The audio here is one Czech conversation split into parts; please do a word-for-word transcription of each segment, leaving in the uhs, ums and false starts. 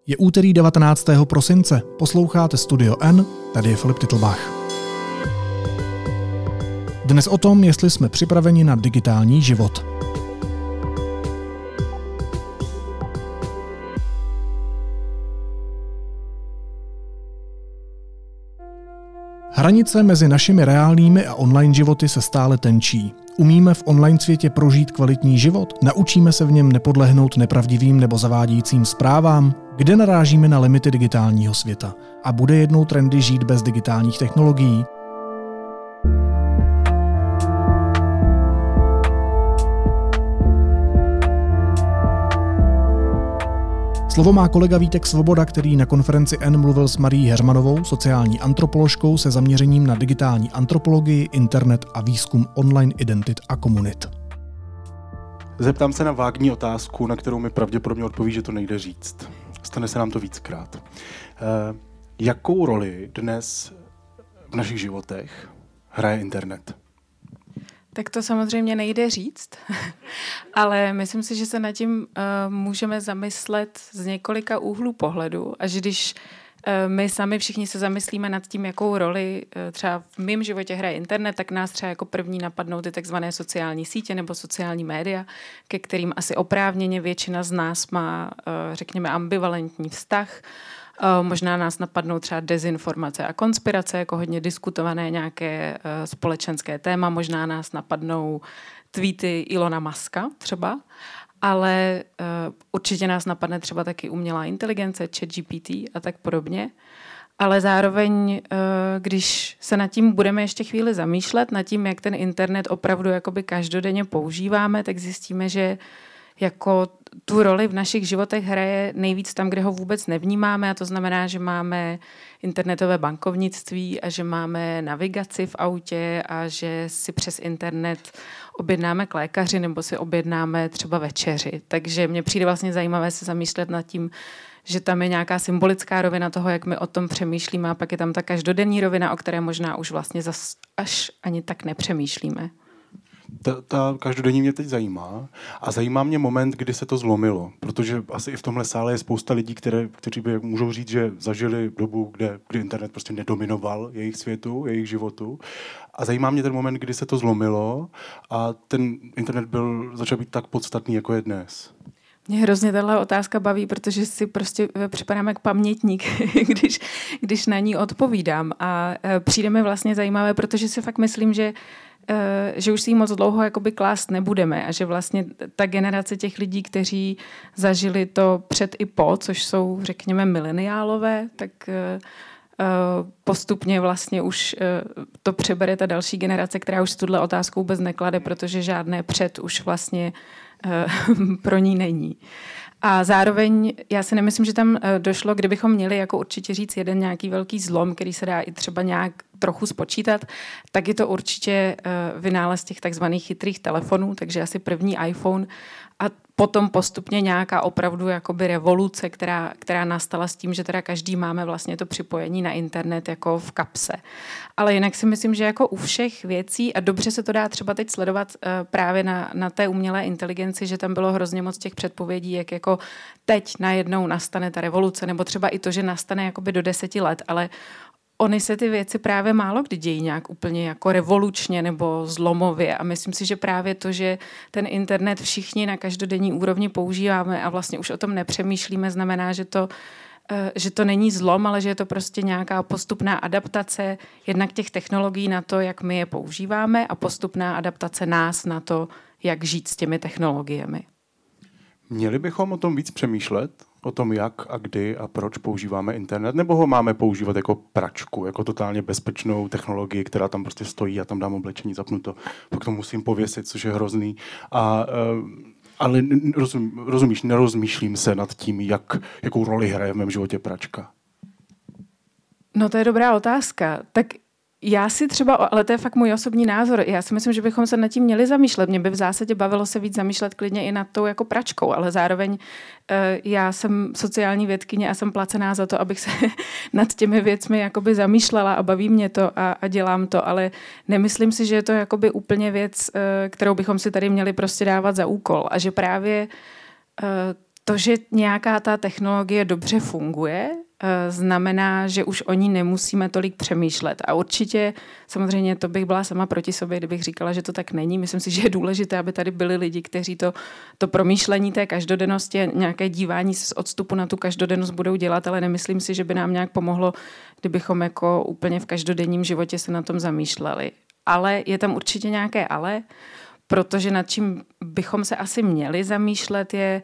Je úterý devatenáctého prosince, posloucháte Studio N, tady je Filip Titlbach. Dnes o tom, jestli jsme připraveni na digitální život. Hranice mezi našimi reálnými a online životy se stále tenčí. Umíme v online světě prožít kvalitní život? Naučíme se v něm nepodlehnout nepravdivým nebo zavádějícím zprávám? Kde narážíme na limity digitálního světa? A bude jednou trendy žít bez digitálních technologií? Slovo má kolega Vítek Svoboda, který na konferenci N mluvil s Marií Heřmanovou, sociální antropoložkou se zaměřením na digitální antropologii, internet a výzkum online identit a komunit. Zeptám se na vágní otázku, na kterou mi pravděpodobně odpoví, že to nejde říct. Stane se nám to víckrát. Eh, jakou roli dnes v našich životech hraje internet? Tak to samozřejmě nejde říct, ale myslím si, že se nad tím uh, můžeme zamyslet z několika úhlů pohledu. Až když uh, my sami všichni se zamyslíme nad tím, jakou roli uh, třeba v mém životě hraje internet, tak nás třeba jako první napadnou ty takzvané sociální sítě nebo sociální média, ke kterým asi oprávněně většina z nás má, uh, řekněme, ambivalentní vztah. Možná nás napadnou třeba dezinformace a konspirace, jako hodně diskutované nějaké uh, společenské téma, možná nás napadnou tweety Ilona Muska třeba, ale uh, určitě nás napadne třeba taky umělá inteligence, ChatGPT a tak podobně. Ale zároveň, uh, když se nad tím budeme ještě chvíli zamýšlet, nad tím, jak ten internet opravdu jakoby každodenně používáme, tak zjistíme, že jako tu roli v našich životech hraje nejvíc tam, kde ho vůbec nevnímáme, a to znamená, že máme internetové bankovnictví a že máme navigaci v autě a že si přes internet objednáme k lékaři nebo si objednáme třeba večeři. Takže mně přijde vlastně zajímavé se zamýšlet nad tím, že tam je nějaká symbolická rovina toho, jak my o tom přemýšlíme, a pak je tam ta každodenní rovina, o které možná už vlastně zas až ani tak nepřemýšlíme. Ta, ta každodenní mě teď zajímá a zajímá mě moment, kdy se to zlomilo, protože asi i v tomhle sále je spousta lidí, které, kteří by můžou říct, že zažili dobu, kde, kdy internet prostě nedominoval jejich světu, jejich životu, a zajímá mě ten moment, kdy se to zlomilo a ten internet byl, začal být tak podstatný, jako je dnes. Mě hrozně tahle otázka baví, protože si prostě připadám jak pamětník, když, když na ní odpovídám, a přijde mi vlastně zajímavé, protože si fakt myslím, že že už si ji moc dlouho jakoby klást nebudeme a že vlastně ta generace těch lidí, kteří zažili to před i po, což jsou, řekněme, mileniálové, tak postupně vlastně už to přebere ta další generace, která už s tuhle otázkou vůbec neklade, protože žádné před už vlastně pro ní není. A zároveň já si nemyslím, že tam došlo, kdybychom měli jako určitě říct jeden nějaký velký zlom, který se dá i třeba nějak trochu spočítat, tak je to určitě vynález těch takzvaných chytrých telefonů, takže asi první iPhone a potom postupně nějaká opravdu jakoby revoluce, která, která nastala s tím, že teda každý máme vlastně to připojení na internet jako v kapse. Ale jinak si myslím, že jako u všech věcí, a dobře se to dá třeba teď sledovat uh, právě na, na té umělé inteligenci, že tam bylo hrozně moc těch předpovědí, jak jako teď najednou nastane ta revoluce, nebo třeba i to, že nastane jakoby do deseti let, ale Ony se ty věci právě málo kdy dějí nějak úplně jako revolučně nebo zlomově, a myslím si, že právě to, že ten internet všichni na každodenní úrovni používáme a vlastně už o tom nepřemýšlíme, znamená, že to, že to není zlom, ale že je to prostě nějaká postupná adaptace jednak těch technologií na to, jak my je používáme, a postupná adaptace nás na to, jak žít s těmi technologiemi. Měli bychom o tom víc přemýšlet? O tom, jak a kdy a proč používáme internet? Nebo ho máme používat jako pračku, jako totálně bezpečnou technologii, která tam prostě stojí a tam dám oblečení zapnuto, pak to musím pověsit, což je hrozný. A, ale rozum, rozumíš, nerozmýšlím se nad tím, jak, jakou roli hraje v mém životě pračka. No to je dobrá otázka. Tak já si třeba, ale to je fakt můj osobní názor, já si myslím, že bychom se nad tím měli zamýšlet. Mě by v zásadě bavilo se víc zamýšlet klidně i nad tou jako pračkou, ale zároveň uh, já jsem sociální vědkyně a jsem placená za to, abych se nad těmi věcmi jakoby zamýšlela a baví mě to a, a dělám to, ale nemyslím si, že je to jakoby úplně věc, uh, kterou bychom si tady měli prostě dávat za úkol, a že právě uh, to, že nějaká ta technologie dobře funguje, znamená, že už o ní nemusíme tolik přemýšlet. A určitě, samozřejmě to bych byla sama proti sobě, kdybych říkala, že to tak není. Myslím si, že je důležité, aby tady byli lidi, kteří to, to promýšlení té každodennosti, nějaké dívání z odstupu na tu každodennost budou dělat, ale nemyslím si, že by nám nějak pomohlo, kdybychom jako úplně v každodenním životě se na tom zamýšleli. Ale je tam určitě nějaké ale, protože nad čím bychom se asi měli zamýšlet je,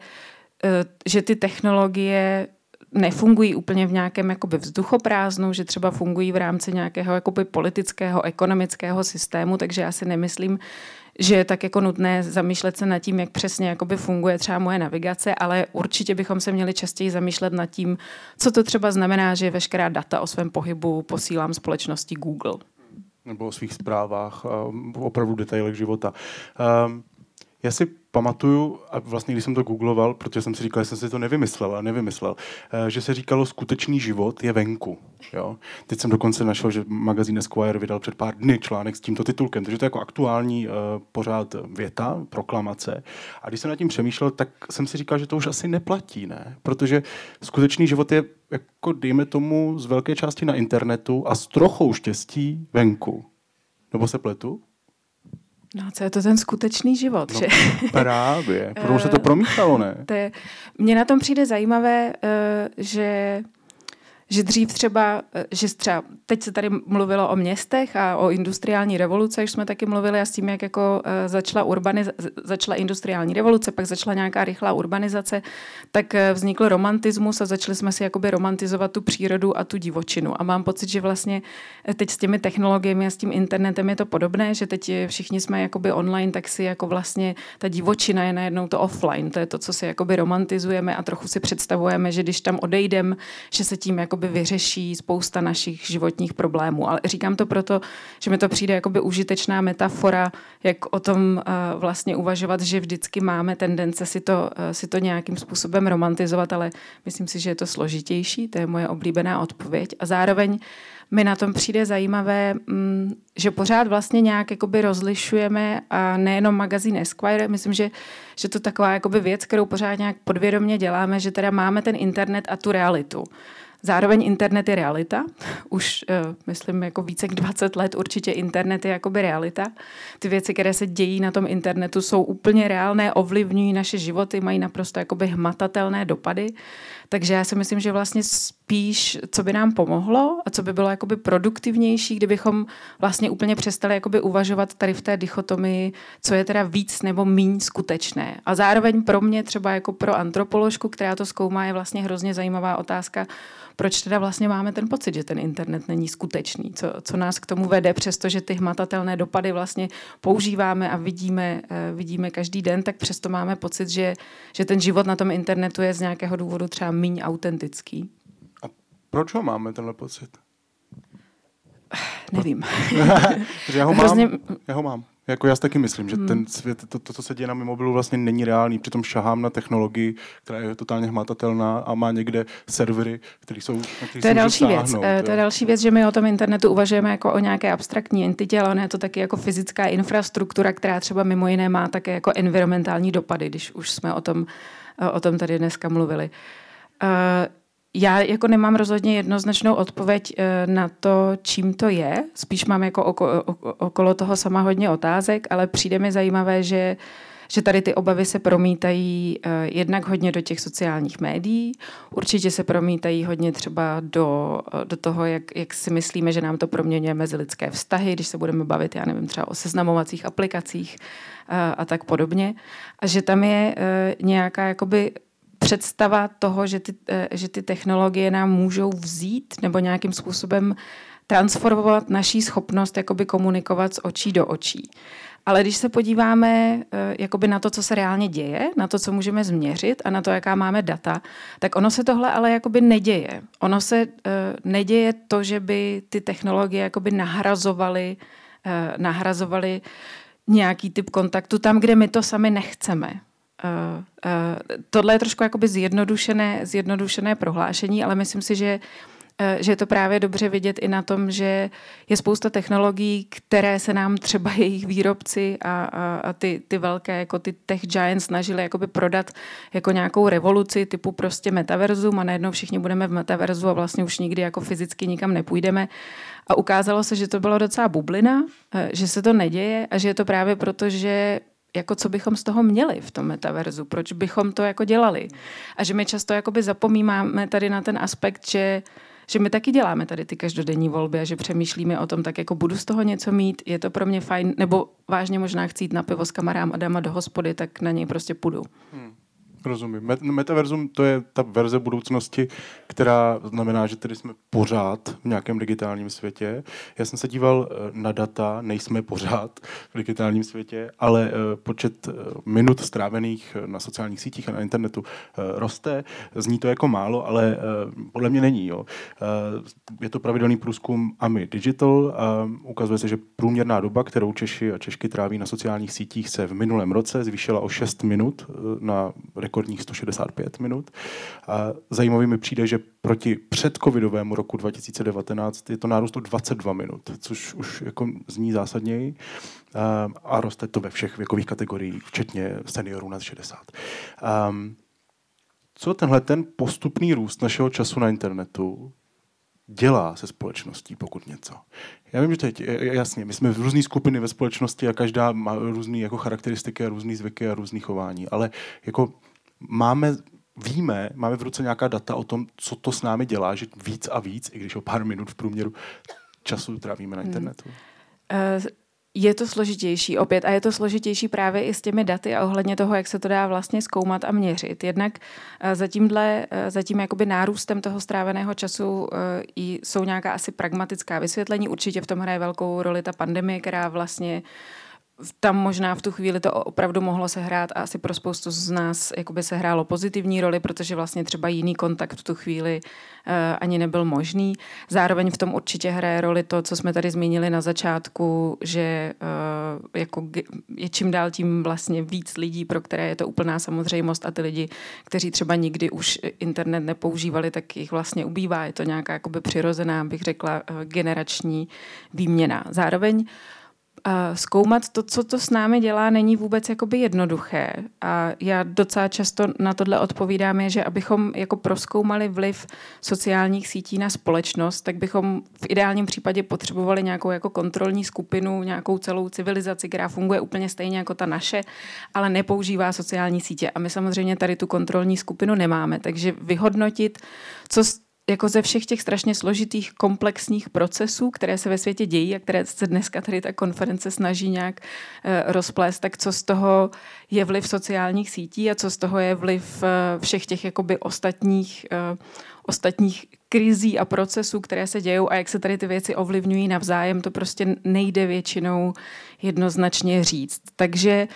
že ty technologie nefungují úplně v nějakém jakoby vzduchoprázdnu, že třeba fungují v rámci nějakého jakoby politického, ekonomického systému, takže já si nemyslím, že je tak jako nutné zamýšlet se nad tím, jak přesně jakoby funguje třeba moje navigace, ale určitě bychom se měli častěji zamýšlet nad tím, co to třeba znamená, že veškerá data o svém pohybu posílám společnosti Google. Nebo o svých zprávách, opravdu detailech života. Um, já si pamatuju, a vlastně když jsem to googloval, protože jsem si říkal, že jsem si to nevymyslel a nevymyslel, že se říkalo, skutečný život je venku. Jo? Teď jsem dokonce našel, že magazín Esquire vydal před pár dny článek s tímto titulkem, takže to je jako aktuální uh, pořád věta, proklamace. A když jsem nad tím přemýšlel, tak jsem si říkal, že to už asi neplatí, ne? Protože skutečný život je, jako dejme tomu, z velké části na internetu a s trochou štěstí venku. Nebo se pletu? No, co je to ten skutečný život, no, že? Právě, protože se to promítalo, ne? To je, mně na tom přijde zajímavé, že že dřív třeba, že třeba, teď se tady mluvilo o městech a o industriální revoluce, už jsme taky mluvili a s tím, jak jako začala, urbaniz- začala industriální revoluce, pak začala nějaká rychlá urbanizace, tak vznikl romantismus a začali jsme si jakoby romantizovat tu přírodu a tu divočinu. A mám pocit, že vlastně teď s těmi technologiemi a s tím internetem je to podobné, že teď všichni jsme jakoby online, tak si jako vlastně ta divočina je najednou to offline, to je to, co si jakoby romantizujeme a trochu si představujeme, že když tam odejdem, že se tím jako by vyřeší spousta našich životních problémů. Ale říkám to proto, že mi to přijde jakoby užitečná metafora, jak o tom uh, vlastně uvažovat, že vždycky máme tendence si to, uh, si to nějakým způsobem romantizovat, ale myslím si, že je to složitější, to je moje oblíbená odpověď. A zároveň mi na tom přijde zajímavé, mm, že pořád vlastně nějak jakoby rozlišujeme a nejenom magazín Esquire, myslím, že, že to taková jakoby věc, kterou pořád nějak podvědomě děláme, že teda máme ten internet a tu realitu. Zároveň internet je realita. Už, uh, myslím, jako více jak dvacet let určitě internet je jakoby realita. Ty věci, které se dějí na tom internetu, jsou úplně reálné, ovlivňují naše životy, mají naprosto jakoby hmatatelné dopady. Takže já si myslím, že vlastně spíš, co by nám pomohlo a co by bylo jakoby produktivnější, kdybychom vlastně úplně přestali jakoby uvažovat tady v té dichotomii, co je teda víc nebo míň skutečné. A zároveň pro mě, třeba jako pro antropoložku, která to zkoumá, je vlastně hrozně zajímavá otázka, proč teda vlastně máme ten pocit, že ten internet není skutečný, co, co nás k tomu vede, přestože ty hmatatelné dopady vlastně používáme a vidíme, vidíme každý den, tak přesto máme pocit, že, že ten život na tom internetu je z nějakého důvodu třeba míň autentický. A proč ho máme, tenhle pocit? Nevím. já, ho mám, já ho mám. Jako já si taky myslím, že hmm. ten svět, to, to, co se děje na mém mobilu, vlastně není reálný. Přitom šahám na technologii, která je totálně hmatatelná a má někde servery, které jsou, na který to je další stáhnout, věc. Jo. To je další věc, že my o tom internetu uvažujeme jako o nějaké abstraktní entitě, ale ono je to taky jako fyzická infrastruktura, která třeba mimo jiné má také jako environmentální dopady, když už jsme o tom, o tom tady dneska mluvili. Uh, Já jako nemám rozhodně jednoznačnou odpověď na to, čím to je. Spíš mám jako oko, okolo toho sama hodně otázek, ale přijde mi zajímavé, že, že tady ty obavy se promítají jednak hodně do těch sociálních médií, určitě se promítají hodně třeba do, do toho, jak, jak si myslíme, že nám to proměňuje mezilidské vztahy, když se budeme bavit, já nevím, třeba o seznamovacích aplikacích a, a tak podobně. A že tam je nějaká jakoby představa toho, že ty, že ty technologie nám můžou vzít nebo nějakým způsobem transformovat naší schopnost jakoby komunikovat z očí do očí. Ale když se podíváme jakoby na to, co se reálně děje, na to, co můžeme změřit a na to, jaká máme data, tak ono se tohle ale jakoby neděje. Ono se uh, neděje to, že by ty technologie jakoby nahrazovaly, uh, nahrazovaly nějaký typ kontaktu tam, kde my to sami nechceme. Uh, uh, tohle je trošku jakoby zjednodušené, zjednodušené prohlášení, ale myslím si, že že je to právě dobře vidět i na tom, že je spousta technologií, které se nám třeba jejich výrobci a, a, a ty, ty velké, jako ty tech giants snažili jakoby prodat jako nějakou revoluci typu prostě metaverzum a najednou všichni budeme v metaverzu a vlastně už nikdy jako fyzicky nikam nepůjdeme. A ukázalo se, že to bylo docela bublina, že se to neděje a že je to právě proto, že jako co bychom z toho měli v tom metaverzu, proč bychom to jako dělali. A že my často jakoby zapomínáme tady na ten aspekt, že že my taky děláme tady ty každodenní volby a že přemýšlíme o tom, tak jako budu z toho něco mít, je to pro mě fajn, nebo vážně možná chci jít na pivo s kamarádem a dama do hospody, tak na něj prostě půjdu. Hmm. Rozumím. Metaverzum to je ta verze budoucnosti, která znamená, že tedy jsme pořád v nějakém digitálním světě. Já jsem se díval na data, nejsme pořád v digitálním světě, ale počet minut strávených na sociálních sítích a na internetu roste. Zní to jako málo, ale podle mě není. Jo. Je to pravidelný průzkum A M I Digital a ukazuje se, že průměrná doba, kterou Češi a Češky tráví na sociálních sítích, se v minulém roce zvýšila o šest minut na rekordních sto šedesát pět minut. A zajímavý mi přijde, že proti předcovidovému roku dva tisíce devatenáct je to nárůst o dvacet dva minut, což už jako zní zásadněji a, a roste to ve všech věkových kategoriích, včetně seniorů nad šedesát. Um, co tenhle ten postupný růst našeho času na internetu dělá se společností, pokud něco? Já vím, že teď, jasně, my jsme v různé skupiny ve společnosti a každá má různé jako charakteristiky a různé zvyky a různé chování, ale jako máme, víme, máme v ruce nějaká data o tom, co to s námi dělá, že víc a víc, i když o pár minut v průměru času trávíme na internetu. Hmm. Uh, je to složitější opět a je to složitější právě i s těmi daty a ohledně toho, jak se to dá vlastně zkoumat a měřit. Jednak uh, za tímhle, uh, za tím jakoby nárůstem toho stráveného času uh, i jsou nějaká asi pragmatická vysvětlení. Určitě v tom hraje velkou roli ta pandemie, která vlastně tam možná v tu chvíli to opravdu mohlo sehrát a asi pro spoustu z nás jakoby sehrálo pozitivní roli, protože vlastně třeba jiný kontakt v tu chvíli uh, ani nebyl možný. Zároveň v tom určitě hraje roli to, co jsme tady zmínili na začátku, že uh, jako je čím dál tím vlastně víc lidí, pro které je to úplná samozřejmost a ty lidi, kteří třeba nikdy už internet nepoužívali, tak jich vlastně ubývá. Je to nějaká jakoby přirozená, bych řekla, uh, generační výměna. Zároveň zkoumat to, co to s námi dělá, není vůbec jakoby jednoduché. A já docela často na tohle odpovídám, je, že abychom jako prozkoumali vliv sociálních sítí na společnost, tak bychom v ideálním případě potřebovali nějakou jako kontrolní skupinu, nějakou celou civilizaci, která funguje úplně stejně jako ta naše, ale nepoužívá sociální sítě. A my samozřejmě tady tu kontrolní skupinu nemáme. Takže vyhodnotit, co jako ze všech těch strašně složitých komplexních procesů, které se ve světě dějí a které se dneska tady ta konference snaží nějak uh, rozplést, tak co z toho je vliv sociálních sítí a co z toho je vliv uh, všech těch jakoby ostatních, uh, ostatních krizí a procesů, které se dějou a jak se tady ty věci ovlivňují navzájem, to prostě nejde většinou jednoznačně říct. Takže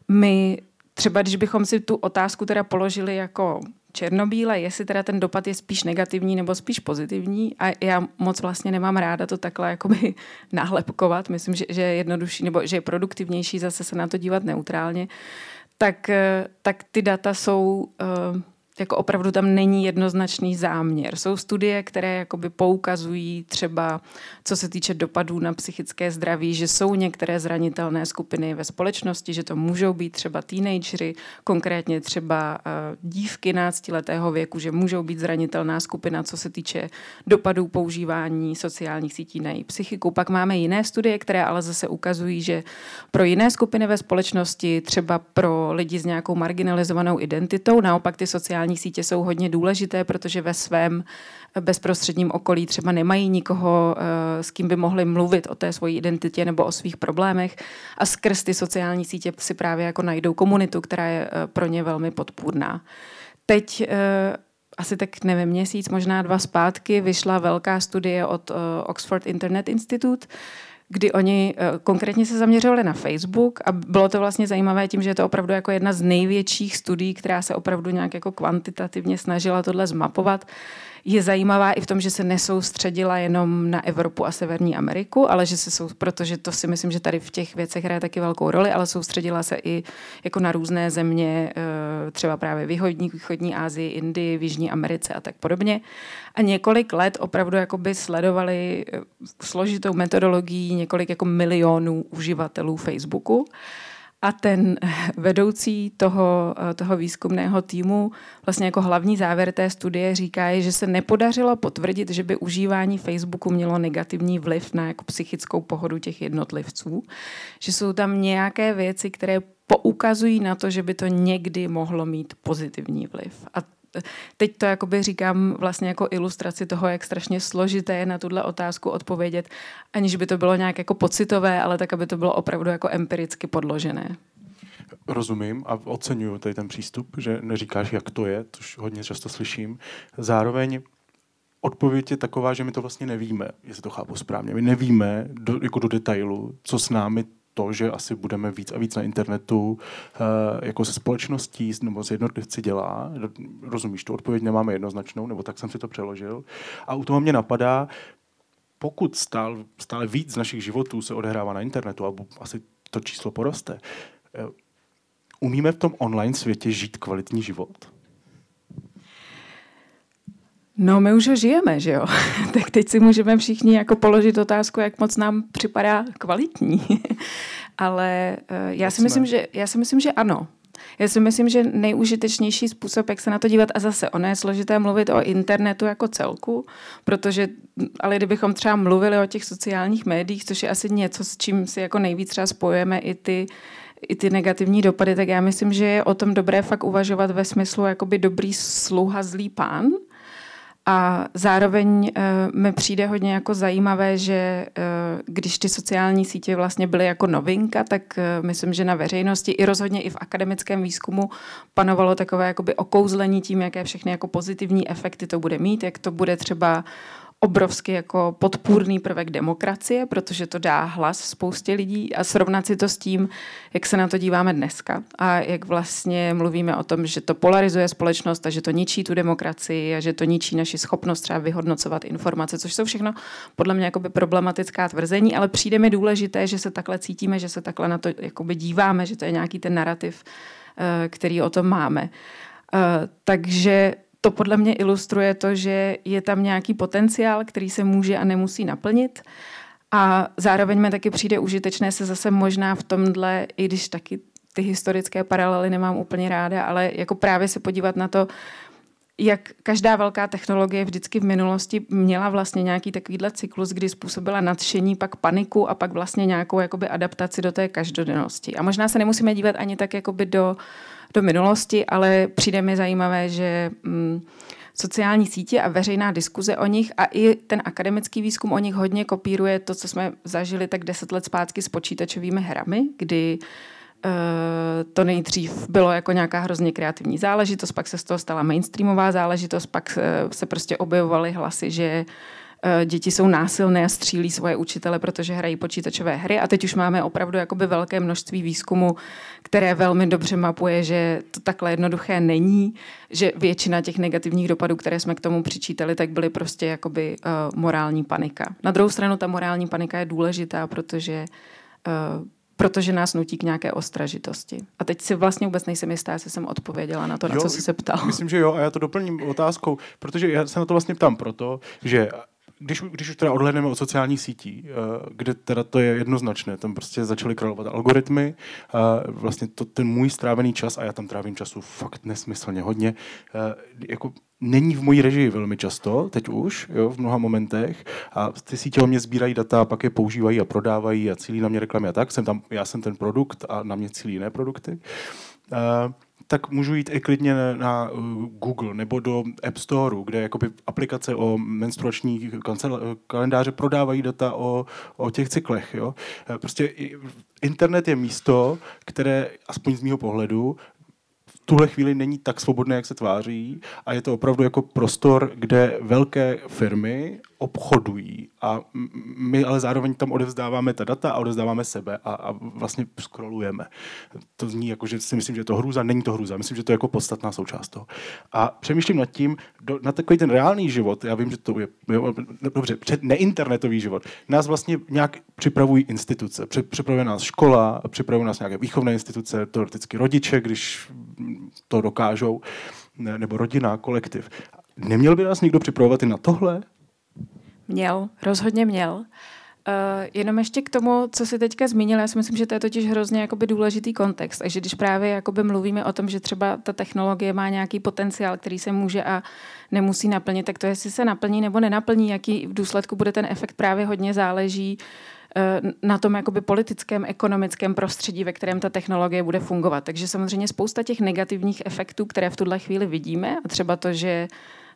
my třeba, když bychom si tu otázku teda položili jako černobíle, jestli teda ten dopad je spíš negativní nebo spíš pozitivní a já moc vlastně nemám ráda to takhle jakoby nálepkovat, myslím, že, že je jednodušší nebo že je produktivnější zase se na to dívat neutrálně, tak, tak ty data jsou uh, jako opravdu tam není jednoznačný záměr. Jsou studie, které jakoby poukazují třeba, co se týče dopadů na psychické zdraví, že jsou některé zranitelné skupiny ve společnosti, že to můžou být třeba teenageři, konkrétně třeba uh, dívky náctiletého věku, že můžou být zranitelná skupina, co se týče dopadů používání sociálních sítí na její psychiku. Pak máme jiné studie, které ale zase ukazují, že pro jiné skupiny ve společnosti, třeba pro lidi s nějakou marginalizovanou identitou, naopak ty sociální sítě jsou hodně důležité, protože ve svém bezprostředním okolí třeba nemají nikoho, s kým by mohli mluvit o té svojí identitě nebo o svých problémech a skrz ty sociální sítě si právě jako najdou komunitu, která je pro ně velmi podpůrná. Teď asi tak nevím, měsíc, možná dva zpátky vyšla velká studie od Oxford Internet Institute, kdy oni konkrétně se zaměřovali na Facebook a bylo to vlastně zajímavé tím, že je to opravdu jako jedna z největších studií, která se opravdu nějak jako kvantitativně snažila tohle zmapovat. je zajímavá i v tom, že se nesoustředila jenom na Evropu a Severní Ameriku, ale že se sou, protože to si myslím, že tady v těch věcech hraje taky velkou roli, ale soustředila se i jako na různé země, třeba právě v východní, východní Asii, Indii, v Jižní Americe a tak podobně. A několik let opravdu jakoby sledovali složitou metodologií několik jako milionů uživatelů Facebooku. A ten vedoucí toho, toho výzkumného týmu vlastně jako hlavní závěr té studie říká, že se nepodařilo potvrdit, že by užívání Facebooku mělo negativní vliv na jako psychickou pohodu těch jednotlivců. Že jsou tam nějaké věci, které poukazují na to, že by to někdy mohlo mít pozitivní vliv. A teď to jakoby říkám vlastně jako ilustraci toho, jak strašně složité je na tuhle otázku odpovědět, aniž by to bylo nějak jako pocitové, ale tak, aby to bylo opravdu jako empiricky podložené. Rozumím a oceňuju tady ten přístup, že neříkáš, jak to je, což hodně často slyším. Zároveň odpověď je taková, že my to vlastně nevíme, jestli to chápu správně. My nevíme do, jako do detailu, co s námi to, že asi budeme víc a víc na internetu jako se společností nebo s jednotlivci dělá. Rozumíš, tu odpověď nemáme jednoznačnou, nebo tak jsem si to přeložil. A u toho mě napadá, pokud stále, stále víc z našich životů se odehrává na internetu, a asi to číslo poroste, umíme v tom online světě žít kvalitní život? No, my už ho žijeme, že jo? Tak teď si můžeme všichni jako položit otázku, jak moc nám připadá kvalitní. Ale uh, já, si myslím, že, já si myslím, že ano. Já si myslím, že nejužitečnější způsob, jak se na to dívat, a zase ono je složité mluvit o internetu jako celku, protože, ale kdybychom třeba mluvili o těch sociálních médiích, což je asi něco, s čím si jako nejvíc třeba spojujeme i ty, i ty negativní dopady, tak já myslím, že je o tom dobré fakt uvažovat ve smyslu jakoby dobrý sluha, zlý pán. A zároveň uh, mi přijde hodně jako zajímavé, že uh, když ty sociální sítě vlastně byly jako novinka, tak uh, myslím, že na veřejnosti i rozhodně i v akademickém výzkumu panovalo takové jakoby okouzlení tím, jaké všechny jako pozitivní efekty to bude mít, jak to bude třeba obrovský jako podpůrný prvek demokracie, protože to dá hlas spoustě lidí a srovnat si to s tím, jak se na to díváme dneska a jak vlastně mluvíme o tom, že to polarizuje společnost a že to ničí tu demokracii a že to ničí naši schopnost třeba vyhodnocovat informace, což jsou všechno podle mě jakoby problematická tvrzení, ale přijde mi důležité, že se takhle cítíme, že se takhle na to jakoby díváme, že to je nějaký ten narrativ, který o tom máme. Takže to podle mě ilustruje to, že je tam nějaký potenciál, který se může a nemusí naplnit. A zároveň mi taky přijde užitečné se zase možná v tomhle, i když taky ty historické paralely nemám úplně ráda, ale jako právě se podívat na to, jak každá velká technologie vždycky v minulosti měla vlastně nějaký takovýhle cyklus, kdy způsobila nadšení, pak paniku a pak vlastně nějakou jakoby adaptaci do té každodennosti. A možná se nemusíme dívat ani tak jakoby do do minulosti, ale přijde mi zajímavé, že mm, sociální sítě a veřejná diskuze o nich a i ten akademický výzkum o nich hodně kopíruje to, co jsme zažili tak deset let zpátky s počítačovými hrami, kdy uh, to nejdřív bylo jako nějaká hrozně kreativní záležitost, pak se z toho stala mainstreamová záležitost, pak uh, se prostě objevovaly hlasy, že děti jsou násilné a střílí svoje učitele, protože hrají počítačové hry a teď už máme opravdu jakoby velké množství výzkumu, které velmi dobře mapuje, že to takhle jednoduché není, že většina těch negativních dopadů, které jsme k tomu přičítali, tak byly prostě jakoby uh, morální panika. Na druhou stranu ta morální panika je důležitá, protože uh, protože nás nutí k nějaké ostražitosti. A teď si vlastně vůbec nejsem jistá, jestli jsem odpověděla na to, jo, na co jsi se ptal. Myslím, že jo, a já to doplním otázkou, protože já se na to vlastně ptám proto, že Když, když už teda odhlédneme od sociálních sítí, kde teda to je jednoznačné, tam prostě začaly královat algoritmy, vlastně to, ten můj strávený čas, a já tam trávím času fakt nesmyslně hodně, jako není v mojí režii velmi často, teď už, jo, v mnoha momentech, a ty sítě o mě sbírají data, a pak je používají a prodávají a cílí na mě reklamy a tak, jsem tam, já jsem ten produkt a na mě cílí jiné produkty. Tak můžu jít i klidně na Google nebo do App Storeu, kde jakoby aplikace o menstruační kalendáře prodávají data o, o těch cyklech. Jo? Prostě internet je místo, které, aspoň z mýho pohledu, tuhle chvíli není tak svobodné, jak se tváří a je to opravdu jako prostor, kde velké firmy obchodují a my ale zároveň tam odevzdáváme ta data a odevzdáváme sebe a, a vlastně scrollujeme. To zní jako, že si myslím, že je to hrůza, není to hrůza. Myslím, že to je jako podstatná součást toho. A přemýšlím nad tím, do, na takový ten reálný život, já vím, že to je, jo, dobře, před neinternetový život, nás vlastně nějak připravují instituce. Připravuje nás škola, připravují nás nějaké výchovné instituce, teoreticky rodiče, když to dokážou, ne, nebo rodina, kolektiv. Neměl by nás někdo připravovat i na tohle? Měl, rozhodně měl. Uh, jenom ještě k tomu, co jsi teďka zmínil, já si myslím, že to je totiž hrozně jakoby důležitý kontext. Takže když právě jakoby mluvíme o tom, že třeba ta technologie má nějaký potenciál, který se může a nemusí naplnit, tak to, jestli se naplní nebo nenaplní, jaký v důsledku bude ten efekt, právě hodně záleží na tom jakoby politickém, ekonomickém prostředí, ve kterém ta technologie bude fungovat. Takže samozřejmě spousta těch negativních efektů, které v tuhle chvíli vidíme, a třeba to, že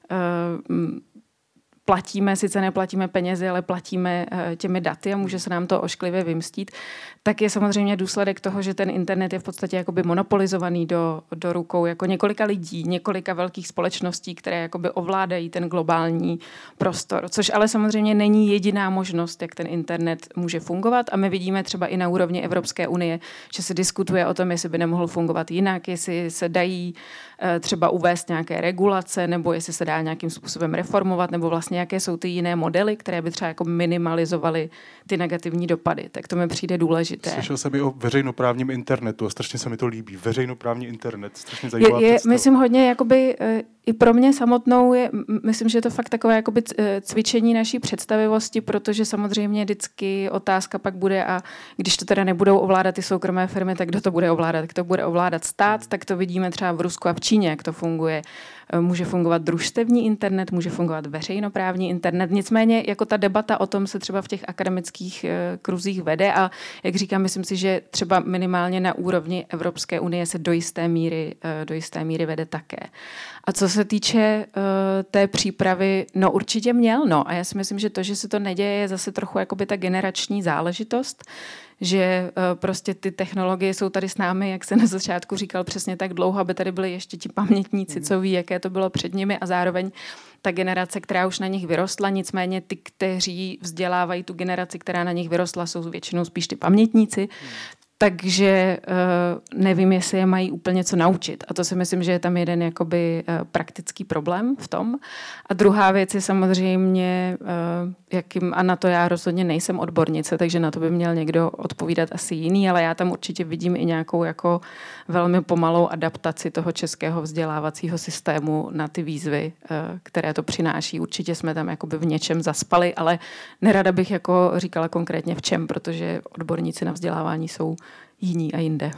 uh, platíme, sice neplatíme penězi, ale platíme uh, těmi daty a může se nám to ošklivě vymstít, tak je samozřejmě důsledek toho, že ten internet je v podstatě jakoby monopolizovaný do, do rukou jako několika lidí, několika velkých společností, které jakoby ovládají ten globální prostor, což ale samozřejmě není jediná možnost, jak ten internet může fungovat a my vidíme třeba i na úrovni Evropské unie, že se diskutuje o tom, jestli by nemohl fungovat jinak, jestli se dají uh, třeba uvést nějaké regulace, nebo jestli se dá nějakým způsobem reformovat, nebo vlastně jaké jsou ty jiné modely, které by třeba jako minimalizovaly ty negativní dopady. Tak to mi přijde důležité. Slyšel jsem i o veřejnoprávním internetu a strašně se mi to líbí. Veřejnoprávní internet, strašně zajímavá je, je, představa. Myslím hodně, jakoby, i pro mě samotnou je, myslím, že je to fakt takové jakoby cvičení naší představivosti, protože samozřejmě vždycky otázka pak bude a když to teda nebudou ovládat ty soukromé firmy, tak kdo to bude ovládat? Tak to bude ovládat stát, tak to vidíme třeba v Rusku a v Číně, jak to funguje. Může fungovat družstevní internet, může fungovat veřejnoprávní internet. Nicméně jako ta debata o tom se třeba v těch akademických kruzích vede a jak říkám, myslím si, že třeba minimálně na úrovni Evropské unie se do jisté míry, do jisté míry vede také. A co se týče uh, té přípravy, no určitě měl, no. A já si myslím, že to, že se to neděje, je zase trochu jakoby ta generační záležitost, že uh, prostě ty technologie jsou tady s námi, jak se na začátku říkal, přesně tak dlouho, aby tady byli ještě ti pamětníci, co ví, jaké to bylo před nimi a zároveň ta generace, která už na nich vyrostla, nicméně ty, kteří vzdělávají tu generaci, která na nich vyrostla, jsou většinou spíš ty pamětníci, takže uh, nevím, jestli je mají úplně co naučit. A to si myslím, že je tam jeden jakoby uh, praktický problém v tom. A druhá věc je samozřejmě, uh, jakým, a na to já rozhodně nejsem odbornice, takže na to by měl někdo odpovídat asi jiný, ale já tam určitě vidím i nějakou jako velmi pomalou adaptaci toho českého vzdělávacího systému na ty výzvy, uh, které to přináší. Určitě jsme tam jakoby v něčem zaspali, ale nerada bych jako říkala konkrétně v čem, protože odborníci na vzdělávání jsou jiní a jinde.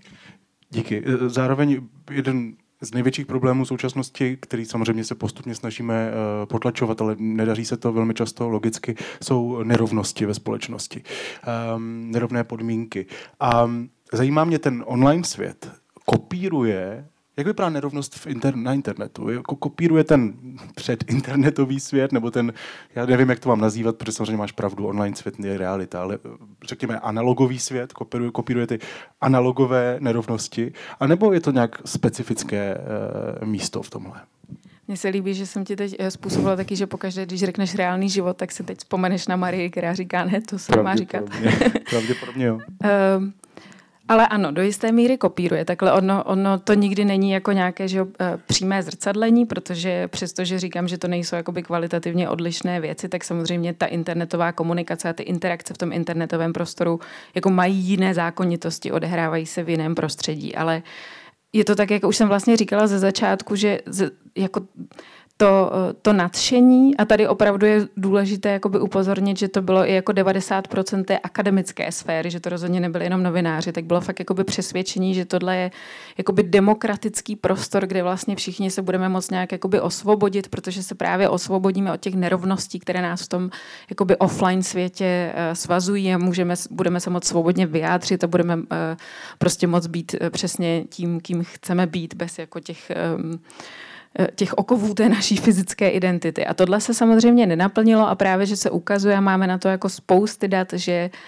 Díky. Zároveň jeden z největších problémů současnosti, který samozřejmě se postupně snažíme uh, potlačovat, ale nedaří se to velmi často logicky, jsou nerovnosti ve společnosti. Um, nerovné podmínky. A um, zajímá mě ten online svět. Kopíruje, jak vypadá nerovnost v inter- na internetu? Jako kopíruje ten předinternetový svět, nebo ten, já nevím, jak to mám nazývat, protože samozřejmě máš pravdu, online svět je realita, ale řekněme analogový svět, kopíruje, kopíruje ty analogové nerovnosti, anebo je to nějak specifické uh, místo v tomhle? Mně se líbí, že jsem ti teď způsobila taky, že pokaždé, když řekneš reálný život, tak si teď vzpomeneš na Marii, která říká, ne, to se má říkat. Pravděpodobně, jo. uh, Ale ano, do jisté míry kopíruje. Takhle ono, ono to nikdy není jako nějaké že, přímé zrcadlení, protože přestože říkám, že to nejsou jakoby kvalitativně odlišné věci, tak samozřejmě ta internetová komunikace a ty interakce v tom internetovém prostoru jako mají jiné zákonitosti, odehrávají se v jiném prostředí. Ale je to tak, jak už jsem vlastně říkala ze začátku, že z, jako To, to nadšení, a tady opravdu je důležité jakoby upozornit, že to bylo i jako devadesát procent té akademické sféry, že to rozhodně nebyli jenom novináři, tak bylo fakt jakoby přesvědčení, že tohle je jakoby demokratický prostor, kde vlastně všichni se budeme moct nějak jakoby osvobodit, protože se právě osvobodíme od těch nerovností, které nás v tom jakoby offline světě uh, svazují a můžeme, budeme se moct svobodně vyjádřit a budeme uh, prostě moct být uh, přesně tím, kým chceme být, bez jako těch um, těch okovů té naší fyzické identity. A tohle se samozřejmě nenaplnilo a právě, že se ukazuje, a máme na to jako spousty dat, že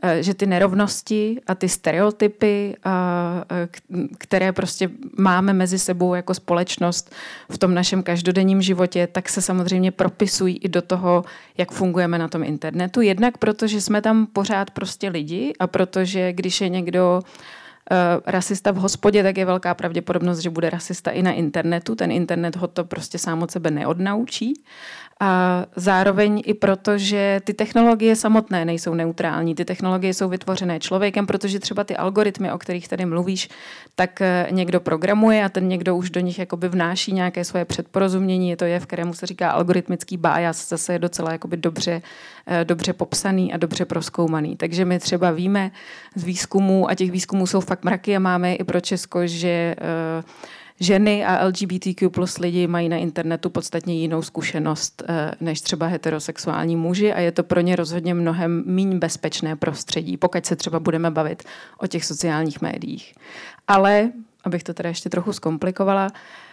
že ty nerovnosti a ty stereotypy, které prostě máme mezi sebou jako společnost v tom našem každodenním životě, tak se samozřejmě propisují i do toho, jak fungujeme na tom internetu. Jednak protože jsme tam pořád prostě lidi a protože když je někdo Uh, rasista v hospodě, tak je velká pravděpodobnost, že bude rasista i na internetu. Ten internet ho to prostě sám od sebe neodnaučí. A zároveň i proto, že ty technologie samotné nejsou neutrální. Ty technologie jsou vytvořené člověkem, protože třeba ty algoritmy, o kterých tady mluvíš, tak někdo programuje a ten někdo už do nich jakoby vnáší nějaké svoje předporozumění. Je to jev, kterému se říká algoritmický bias, zase je docela jakoby dobře, dobře popsaný a dobře prozkoumaný. Takže my třeba víme z výzkumů, a těch výzkumů jsou fakt mraky a máme i pro Česko, že ženy a L G B T Q plus lidi mají na internetu podstatně jinou zkušenost než třeba heterosexuální muži a je to pro ně rozhodně mnohem méně bezpečné prostředí, pokud se třeba budeme bavit o těch sociálních médiích. Ale, abych to teda ještě trochu zkomplikovala,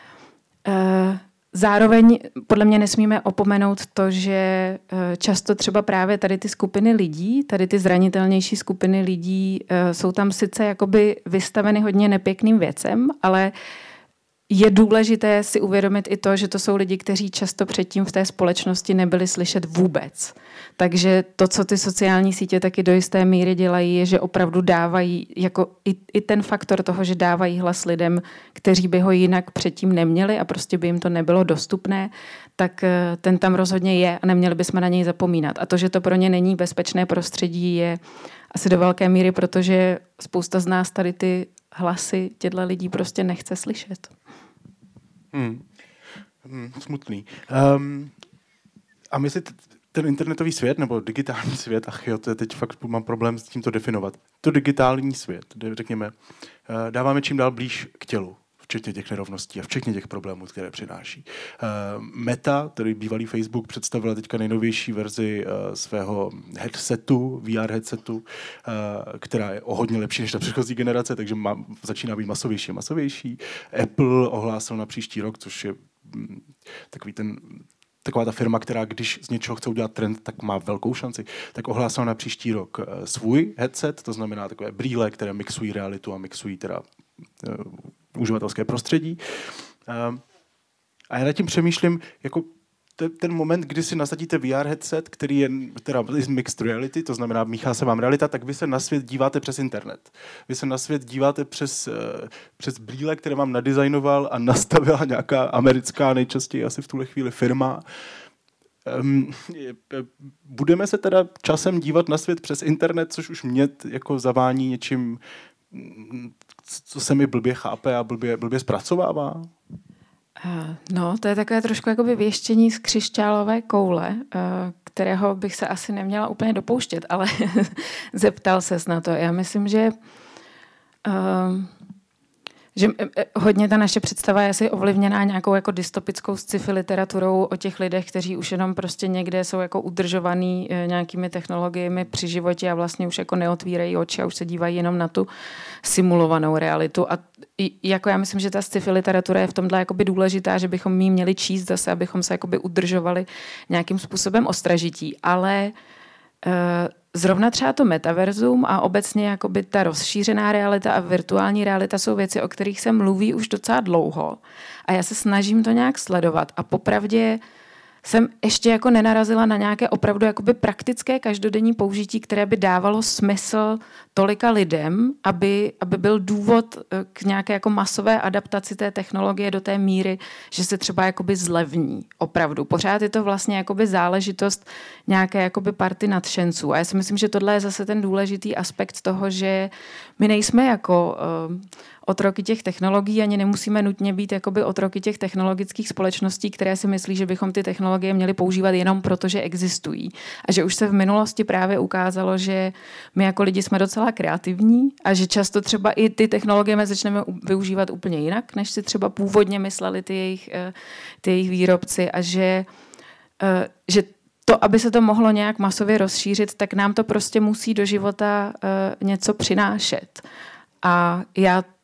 zároveň podle mě nesmíme opomenout to, že často třeba právě tady ty skupiny lidí, tady ty zranitelnější skupiny lidí jsou tam sice jakoby vystaveny hodně nepěkným věcem, ale je důležité si uvědomit i to, že to jsou lidi, kteří často předtím v té společnosti nebyli slyšet vůbec. Takže to, co ty sociální sítě taky do jisté míry dělají, je, že opravdu dávají, jako i, i ten faktor toho, že dávají hlas lidem, kteří by ho jinak předtím neměli a prostě by jim to nebylo dostupné, tak ten tam rozhodně je a neměli bychom na něj zapomínat. A to, že to pro ně není bezpečné prostředí, je asi do velké míry, protože spousta z nás tady ty hlasy těchto lidí prostě nechce slyšet. Hmm. Hmm, smutný. Um, a my si t- ten internetový svět, nebo digitální svět, ach jo, to je teď fakt mám problém s tím to definovat. To digitální svět, řekněme, dáváme čím dál blíž k tělu, včetně těch nerovností a včetně těch problémů, které přináší. Uh, Meta, tedy bývalý Facebook, představila teďka nejnovější verzi uh, svého headsetu, V R headsetu, uh, která je o hodně lepší než ta předchozí generace, takže má, začíná být masovější a masovější. Apple ohlásil na příští rok, což je mm, takový ten taková ta firma, která když z něčeho chce udělat trend, tak má velkou šanci, tak ohlásila na příští rok uh, svůj headset, to znamená takové brýle, které mixují realitu a mixují teda uh, uživatelské prostředí. Uh, a já nad tím přemýšlím, jako te, ten moment, kdy si nasadíte V R headset, který je teda mixed reality, to znamená, míchá se vám realita, tak vy se na svět díváte přes internet. Vy se na svět díváte přes, uh, přes brýle, které vám nadizajnoval a nastavila nějaká americká, nejčastěji asi v tuhle chvíli firma. Um, budeme se teda časem dívat na svět přes internet, což už mě jako zavání něčím, co se mi blbě chápe a blbě, blbě zpracovává? No, to je takové trošku jakoby věštění z křišťálové koule, kterého bych se asi neměla úplně dopouštět, ale zeptal ses na to. Já myslím, že uh, že hodně ta naše představa je asi ovlivněná nějakou jako dystopickou sci-fi literaturou o těch lidech, kteří už jenom prostě někde jsou jako udržovaný nějakými technologiemi při životě a vlastně už jako neotvírají oči a už se dívají jenom na tu simulovanou realitu. A jako já myslím, že ta sci-fi literatura je v tomhle jakoby důležitá, že bychom ji měli číst zase, abychom se jakoby udržovali nějakým způsobem ostražití. Ale uh, zrovna třeba to metaverzum a obecně jakoby ta rozšířená realita a virtuální realita jsou věci, o kterých se mluví už docela dlouho. A já se snažím to nějak sledovat. A popravdě jsem ještě jako nenarazila na nějaké opravdu jakoby praktické každodenní použití, které by dávalo smysl tolika lidem, aby, aby byl důvod k nějaké jako masové adaptaci té technologie do té míry, že se třeba jakoby zlevní opravdu. Pořád je to vlastně jakoby záležitost nějaké jakoby party nadšenců. A já si myslím, že tohle je zase ten důležitý aspekt toho, že my nejsme jako uh, otroky těch technologií, ani nemusíme nutně být jakoby otroky těch technologických společností, které si myslí, že bychom ty technologie měli používat jenom proto, že existují. A že už se v minulosti právě ukázalo, že my jako lidi jsme docela kreativní a že často třeba i ty technologie my začneme využívat úplně jinak, než si třeba původně mysleli ty jejich, ty jejich výrobci a že, že to, aby se to mohlo nějak masově rozšířit, tak nám to prostě musí do života něco přinášet. A já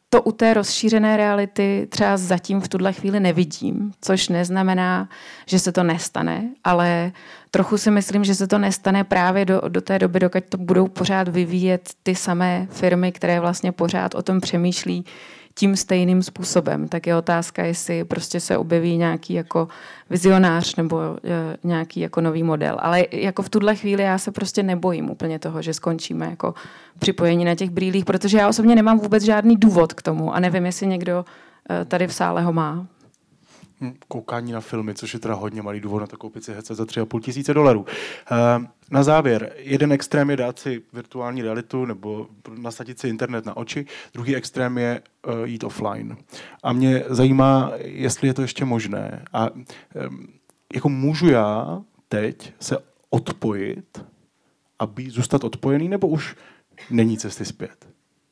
to u té rozšířené reality třeba zatím v tuhle chvíli nevidím, což neznamená, že se to nestane, ale trochu si myslím, že se to nestane právě do, do té doby, dokud to budou pořád vyvíjet ty samé firmy, které vlastně pořád o tom přemýšlí tím stejným způsobem. Tak je otázka, jestli prostě se objeví nějaký jako vizionář nebo e, nějaký jako nový model. Ale jako v tuhle chvíli já se prostě nebojím úplně toho, že skončíme jako připojení na těch brýlích, protože já osobně nemám vůbec žádný důvod k tomu a nevím, jestli někdo e, tady v sále ho má. Koukání na filmy, což je teda hodně malý důvod na to koupit si headset za tři a půl tisíce dolarů. Uh, na závěr, jeden extrém je dát si virtuální realitu nebo nasadit si internet na oči, druhý extrém je uh, jít offline. A mě zajímá, jestli je to ještě možné. A um, jako můžu já teď se odpojit a být, zůstat odpojený, nebo už není cesty zpět?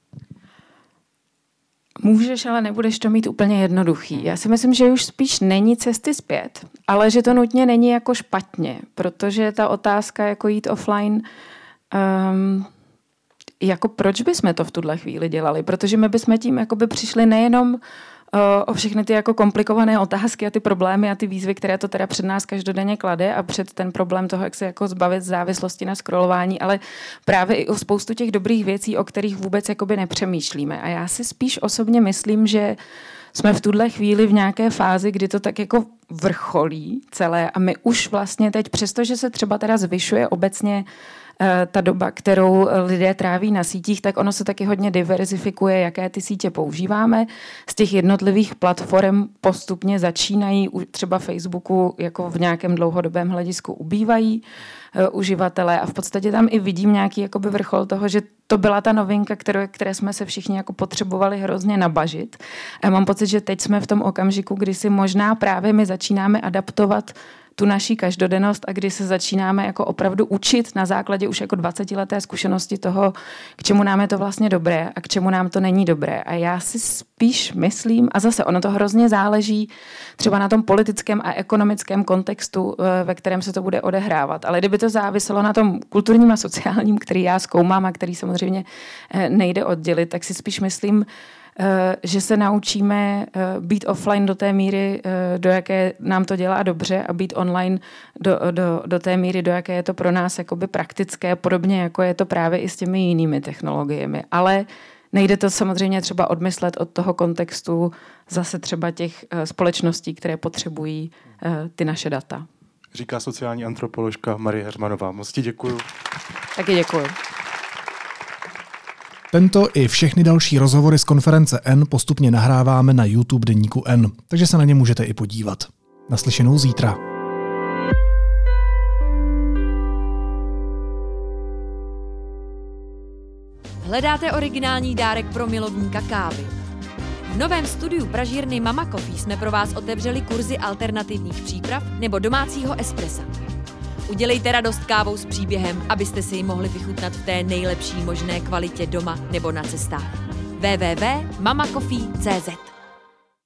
Můžeš, ale nebudeš to mít úplně jednoduchý. Já si myslím, že už spíš není cesty zpět, ale že to nutně není jako špatně, protože ta otázka jako jít offline, um, jako proč bychom to v tuhle chvíli dělali? Protože my bychom tím jakoby přišli nejenom uh, o všechny ty jako komplikované otázky a ty problémy a ty výzvy, které to teda před nás každodenně klade a před ten problém toho, jak se jako zbavit závislosti na scrollování, ale právě i o spoustu těch dobrých věcí, o kterých vůbec jakoby nepřemýšlíme. A já si spíš osobně myslím, že jsme v tuhle chvíli v nějaké fázi, kdy to tak jako vrcholí celé a my už vlastně teď, přestože se třeba teda zvyšuje obecně ta doba, kterou lidé tráví na sítích, tak ono se taky hodně diverzifikuje, jaké ty sítě používáme. Z těch jednotlivých platform postupně začínají, třeba Facebooku jako v nějakém dlouhodobém hledisku ubývají uh, uživatelé a v podstatě tam i vidím nějaký jakoby vrchol toho, že to byla ta novinka, kterou, které jsme se všichni jako potřebovali hrozně nabažit. A já mám pocit, že teď jsme v tom okamžiku, kdy si možná právě my začínáme adaptovat tu naší každodennost a kdy se začínáme jako opravdu učit na základě už jako dvacetileté zkušenosti toho, k čemu nám je to vlastně dobré a k čemu nám to není dobré. A já si spíš myslím, a zase ono to hrozně záleží třeba na tom politickém a ekonomickém kontextu, ve kterém se to bude odehrávat. Ale kdyby to záviselo na tom kulturním a sociálním, který já zkoumám a který samozřejmě nejde oddělit, tak si spíš myslím, že se naučíme být offline do té míry, do jaké nám to dělá dobře a být online do, do, do té míry, do jaké je to pro nás jakoby praktické, podobně jako je to právě i s těmi jinými technologiemi. Ale nejde to samozřejmě třeba odmyslet od toho kontextu zase třeba těch společností, které potřebují ty naše data. Říká sociální antropoložka Marie Hermanová. Moc ti děkuju. Taky děkuju. Tento i všechny další rozhovory z konference N postupně nahráváme na YouTube deníku N, takže se na ně můžete i podívat. Naslyšenou zítra. Hledáte originální dárek pro milovníka kávy? V novém studiu pražírny Mama Coffee jsme pro vás otevřeli kurzy alternativních příprav nebo domácího espressa. Udělejte radost kávou s příběhem, abyste si ji mohli vychutnat v té nejlepší možné kvalitě doma nebo na cestách. w w w tečka mama coffee tečka c z